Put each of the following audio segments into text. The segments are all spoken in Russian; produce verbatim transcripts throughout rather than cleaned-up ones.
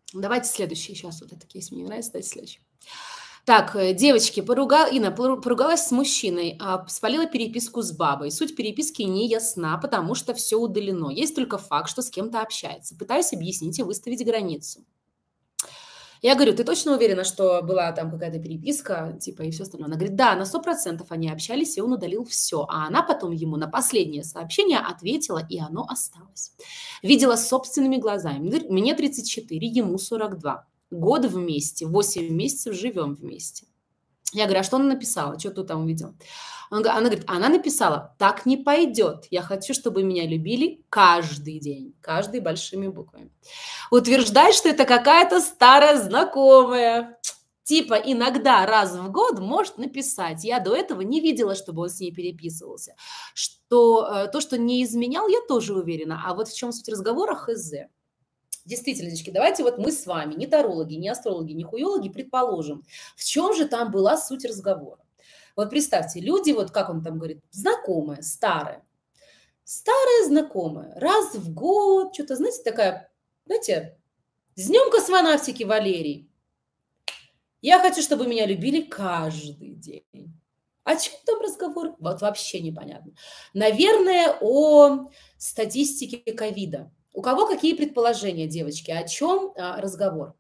Давайте следующий. Сейчас вот этот кейс мне не нравится. Давайте следующий. Так, э, девочки, поруга... Инна пору- поругалась с мужчиной, а, спалила переписку с бабой. Суть переписки не ясна, потому что все удалено. Есть только факт, что с кем-то общается. Пытаюсь объяснить и выставить границу. Я говорю: "Ты точно уверена, что была там какая-то переписка, типа, и все остальное?" Она говорит: "Да, на сто процентов они общались, и он удалил все". А она потом ему на последнее сообщение ответила, и оно осталось. Видела собственными глазами. Мгр Мне тридцать четыре, ему сорок два. Год вместе, восемь месяцев живем вместе. Я говорю: "А что она написала? Что ты там увидел?" Он га Она говорит: "Она написала: "Так не пойдет. Я хочу, чтобы меня любили каждый день". Каждый большими буквами. Утверждает, что это какая-то старая знакомая. Типа иногда раз в год может написать. Я до этого не видела, чтобы он с ней переписывался. Что, э, то, что не изменял, я тоже уверена. А вот в чем суть разговора, хз. Действительно, девочки, давайте вот мы с вами, не тарологи, не астрологи, не хуёлоги, предположим, в чем же там была суть разговора. Вот представьте, люди, вот как он там говорит, знакомая, старая. Старая знакомая, раз в год, что-то, знаете, такая, знаете, с днем космонавтики, Валерий. Я хочу, чтобы меня любили каждый день. О чем там разговор? Вот вообще непонятно. Наверное, о статистике ковида. У кого какие предположения, девочки? О чем а, разговор?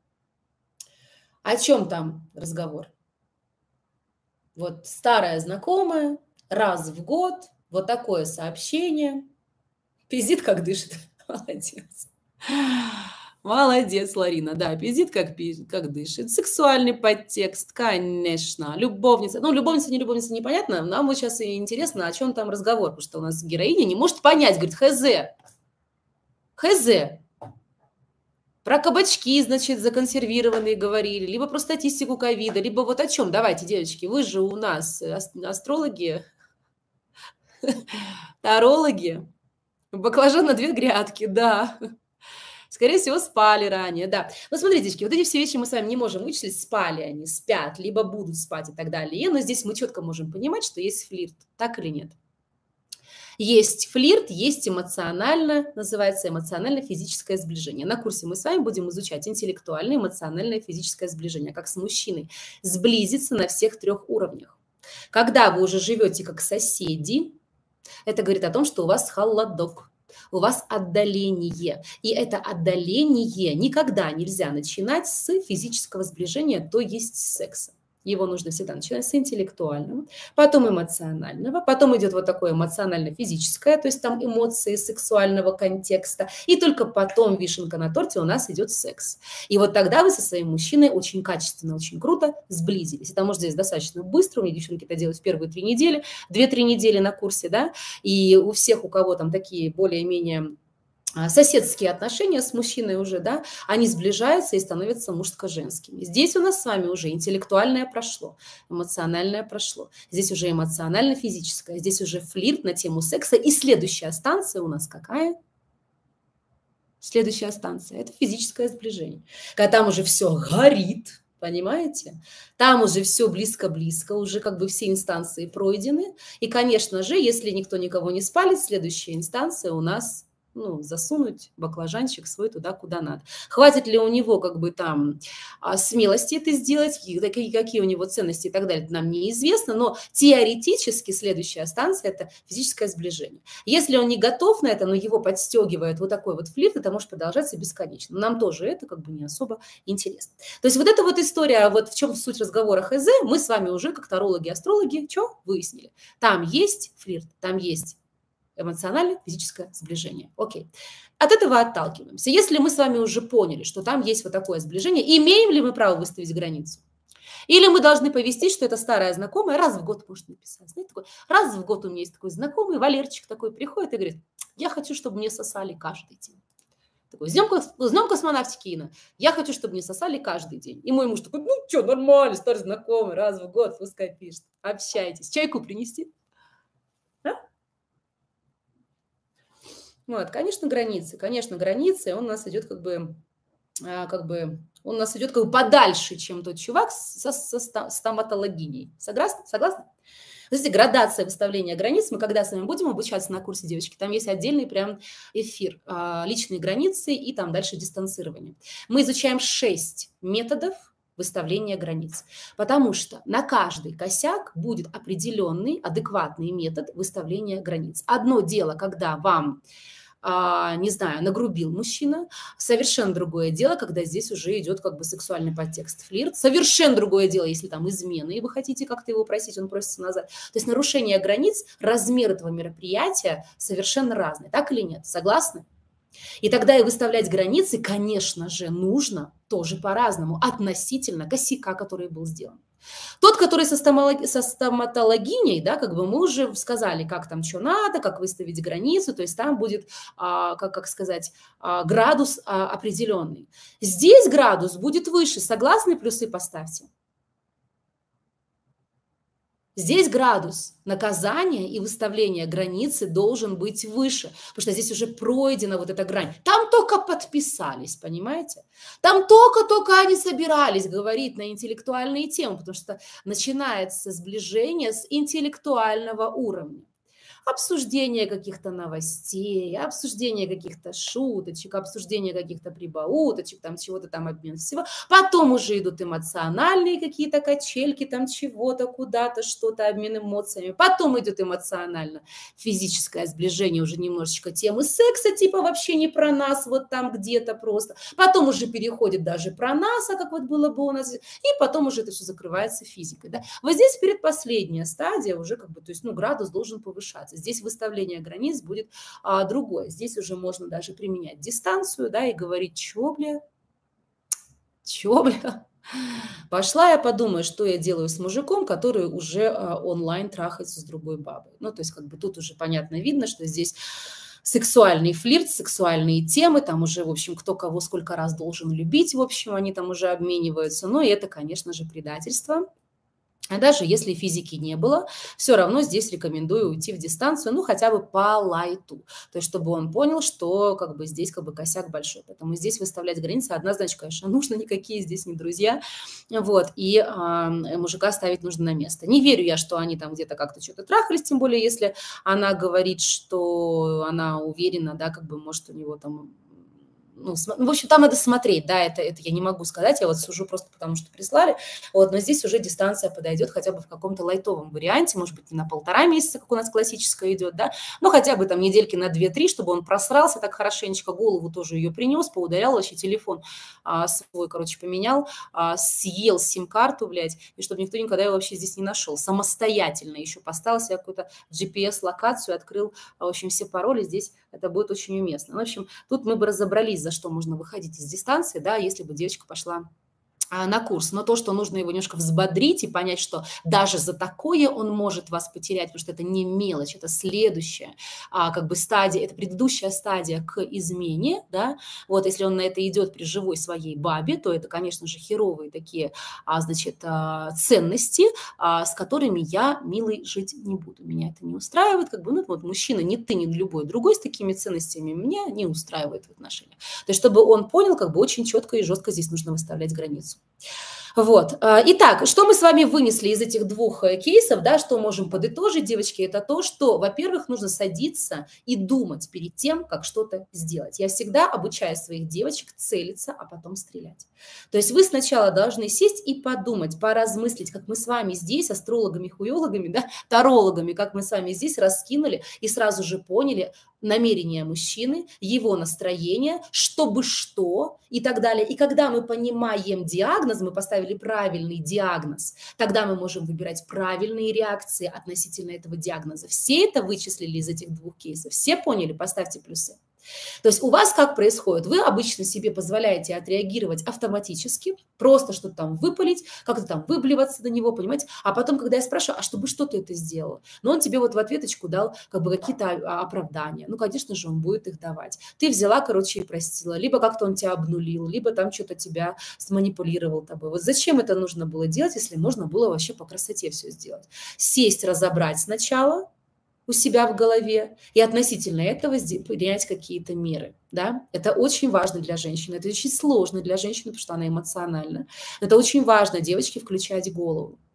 О чем там разговор? Вот старая знакомая, раз в год, вот такое сообщение. Пиздит, как дышит. Молодец. Молодец, Ларина. Да, пиздит, как, пи- как дышит. Сексуальный подтекст, конечно. Любовница. Ну, любовница, не любовница, непонятно. Нам вот сейчас и интересно, о чем там разговор, потому что у нас героиня не может понять. Говорит, хз. Хз. Про кабачки, значит, законсервированные говорили, либо про статистику ковида, либо вот о чем. Давайте, девочки, вы же у нас э, ас- астрологи, тарологи. Баклажан на две грядки, да. Скорее всего, спали ранее, да. Но смотрите, девочки, вот эти все вещи мы с вами не можем вычислить, спали они, спят, либо будут спать и так далее. Но здесь мы четко можем понимать, что есть флирт, так или нет. Есть флирт, есть эмоционально, называется эмоционально-физическое сближение. На курсе мы с вами будем изучать интеллектуальное, эмоциональное, физическое сближение, как с мужчиной, сблизиться на всех трех уровнях. Когда вы уже живете как соседи, это говорит о том, что у вас холодок, у вас отдаление. И это отдаление никогда нельзя начинать с физического сближения, то есть с секса. Его нужно всегда начинать с интеллектуального, потом эмоционального, потом идет вот такое эмоционально-физическое, то есть там эмоции сексуального контекста, и только потом вишенка на торте у нас идет секс. И вот тогда вы со своим мужчиной очень качественно, очень круто сблизились. Это может здесь достаточно быстро, у меня девчонки это делают в первые три недели, две-три недели на курсе, да, и у всех, у кого там такие более-менее а, соседские отношения с мужчиной уже, да, они сближаются и становятся мужско-женскими. Здесь у нас с вами уже интеллектуальное прошло, эмоциональное прошло, здесь уже эмоционально-физическое, здесь уже флирт на тему секса. И следующая станция у нас какая? Следующая станция – это физическое сближение. Когда там уже все горит, понимаете? Там уже все близко-близко, уже как бы все инстанции пройдены. И, конечно же, если никто никого не спалит, следующая инстанция у нас ну, засунуть баклажанчик свой туда, куда надо. Хватит ли у него как бы там а, смелости это сделать, какие, какие у него ценности и так далее, это нам неизвестно, но теоретически следующая станция – это физическое сближение. Если он не готов на это, но его подстегивает вот такой вот флирт, это может продолжаться бесконечно. Нам тоже это как бы не особо интересно. То есть вот эта вот история, вот в чем суть разговора хз, мы с вами уже как тарологи, астрологи, что выяснили? Там есть флирт, там есть эмоционально-физическое сближение. Окей. От этого отталкиваемся. Если мы с вами уже поняли, что там есть вот такое сближение, имеем ли мы право выставить границу? Или мы должны повестить, что это старая знакомая, раз в год может написать. Знаете, такой, раз в год у меня есть такой знакомый, Валерчик такой приходит и говорит, я хочу, чтобы мне сосали каждый день. Такой, с днем, с днем космонавтики, Инна. Я хочу, чтобы мне сосали каждый день. И мой муж такой, ну что, нормально, старый знакомый, раз в год, пускай пишет. Общайтесь. Чайку принести? А? Вот, конечно, границы. Конечно, границы. Он у нас идет как бы, а, как бы, он у нас идет как бы подальше, чем тот чувак со, со ста- стоматологиней. Согласны? Согласны? Знаете, градация выставления границ. Мы когда с вами будем обучаться на курсе, девочки, там есть отдельный прям эфир, а, личные границы и там дальше дистанцирование. Мы изучаем шесть методов выставления границ, потому что на каждый косяк будет определенный, адекватный метод выставления границ. Одно дело, когда вам, а, не знаю, нагрубил мужчина. Совершенно другое дело, когда здесь уже идет как бы сексуальный подтекст, флирт. Совершенно другое дело, если там измены, и вы хотите как-то его просить, он просится назад. То есть нарушение границ, размер этого мероприятия совершенно разный. Так или нет? Согласны? И тогда и выставлять границы, конечно же, нужно тоже по-разному, относительно косяка, который был сделан. Тот, который со, стомолог... со стоматологиней, да, как бы мы уже сказали, как там что надо, как выставить границу, то есть там будет, а, как, как сказать, а, градус а, определенный. Здесь градус будет выше, согласны, плюсы поставьте. Здесь градус наказания и выставления границы должен быть выше, потому что здесь уже пройдена вот эта грань. Там только подписались, понимаете? Там только-только они собирались говорить на интеллектуальные темы, потому что начинается сближение с интеллектуального уровня. Обсуждение каких-то новостей, обсуждение каких-то шуточек, обсуждение каких-то прибауточек, там чего-то там, обмен всего. Потом уже идут эмоциональные какие-то качельки, там чего-то, куда-то, что-то, обмен эмоциями. Потом идет эмоционально-физическое сближение, уже немножечко темы секса, типа вообще не про нас, вот там где-то просто. Потом уже переходит даже про нас, а как вот было бы у нас. И потом уже это все закрывается физикой. Да? Вот здесь предпоследняя стадия уже как бы, то есть, ну, градус должен повышаться. Здесь выставление границ будет а, другое. Здесь уже можно даже применять дистанцию, да, и говорить, чё, бля, чё, бля. Пошла я подумаю, что я делаю с мужиком, который уже а, онлайн трахается с другой бабой. Ну, то есть как бы тут уже понятно видно, что здесь сексуальный флирт, сексуальные темы, там уже, в общем, кто кого сколько раз должен любить, в общем, они там уже обмениваются. Ну, и это, конечно же, предательство. А даже если физики не было, все равно здесь рекомендую уйти в дистанцию, ну, хотя бы по лайту. То есть чтобы он понял, что как бы здесь как бы косяк большой. Поэтому здесь выставлять границы однозначно, конечно, нужно, никакие здесь не друзья. Вот, и а, мужика ставить нужно на место. Не верю я, что они там где-то как-то что-то трахались, тем более если она говорит, что она уверена, да, как бы, может, у него там... Ну, в общем, там надо смотреть, да, это, это я не могу сказать, я вот сужу просто потому, что прислали, вот, но здесь уже дистанция подойдет хотя бы в каком-то лайтовом варианте, может быть, не на полтора месяца, как у нас классическая идет, да, но хотя бы там недельки на две-три, чтобы он просрался так хорошенечко, голову тоже ее принес, поударял, вообще телефон а, свой, короче, поменял, а, съел сим-карту, блядь, и чтобы никто никогда его вообще здесь не нашел, самостоятельно еще поставил себе какую-то джи пи эс-локацию, открыл, в общем, все пароли, здесь это будет очень уместно. В общем, тут мы бы разобрались, за что можно выходить из дистанции, да, если бы девочка пошла на курс, но то, что нужно его немножко взбодрить и понять, что даже за такое он может вас потерять, потому что это не мелочь, это следующая а, как бы стадия, это предыдущая стадия к измене, да, вот если он на это идет при живой своей бабе, то это, конечно же, херовые такие, а, значит, а, ценности, а, с которыми я, милый, жить не буду, меня это не устраивает, как бы, ну, вот мужчина, не ты, не любой другой с такими ценностями меня не устраивает в отношениях, то есть чтобы он понял, как бы очень четко и жестко здесь нужно выставлять границу. Вот. Итак, что мы с вами вынесли из этих двух кейсов, да, что можем подытожить, девочки, это то, что, во-первых, нужно садиться и думать перед тем, как что-то сделать. Я всегда обучаю своих девочек целиться, а потом стрелять. То есть вы сначала должны сесть и подумать, поразмыслить, как мы с вами здесь, астрологами, хуёологами, да, тарологами, как мы с вами здесь раскинули и сразу же поняли намерение мужчины, его настроение, чтобы что и так далее. И когда мы понимаем диагноз, мы поставили правильный диагноз, тогда мы можем выбирать правильные реакции относительно этого диагноза. Все это вычислили из этих двух кейсов? Все поняли? Поставьте плюсы. То есть у вас как происходит? Вы обычно себе позволяете отреагировать автоматически, просто что-то там выпалить, как-то там выблеваться до него, понимаете? А потом, когда я спрашиваю, а чтобы что ты это сделал? Но он тебе вот в ответочку дал как бы какие-то оправдания. Ну, конечно же, он будет их давать. Ты взяла, короче, и простила. Либо как-то он тебя обнулил, либо там что-то тебя сманипулировал тобой. Вот зачем это нужно было делать, если можно было вообще по красоте все сделать? Сесть, разобрать сначала у себя в голове и относительно этого принять какие-то меры. Да? Это очень важно для женщины, это очень сложно для женщины, потому что она эмоциональна. Это очень важно, девочки, включать голову.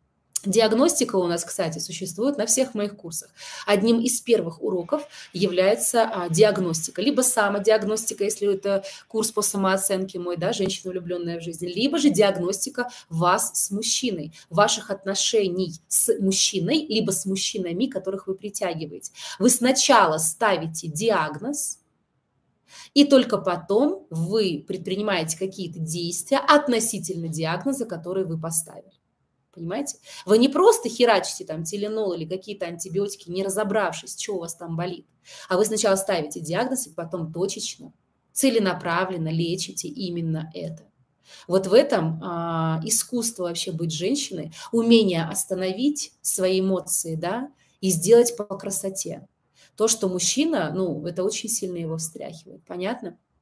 Диагностика у нас, кстати, существует на всех моих курсах. Одним из первых уроков является а, диагностика. Либо самодиагностика, если это курс по самооценке мой, да, женщина, влюбленная в жизнь, либо же диагностика вас с мужчиной, ваших отношений с мужчиной, либо с мужчинами, которых вы притягиваете. Вы сначала ставите диагноз, и только потом вы предпринимаете какие-то действия относительно диагноза, который вы поставили. Понимаете? Вы не просто херачите там теленол или какие-то антибиотики, не разобравшись, что у вас там болит, а вы сначала ставите диагноз и потом точечно, целенаправленно лечите именно это. Вот в этом а, искусство вообще быть женщиной, умение остановить свои эмоции, да, и сделать по красоте. То, что мужчина, ну, это очень сильно его встряхивает. Понятно?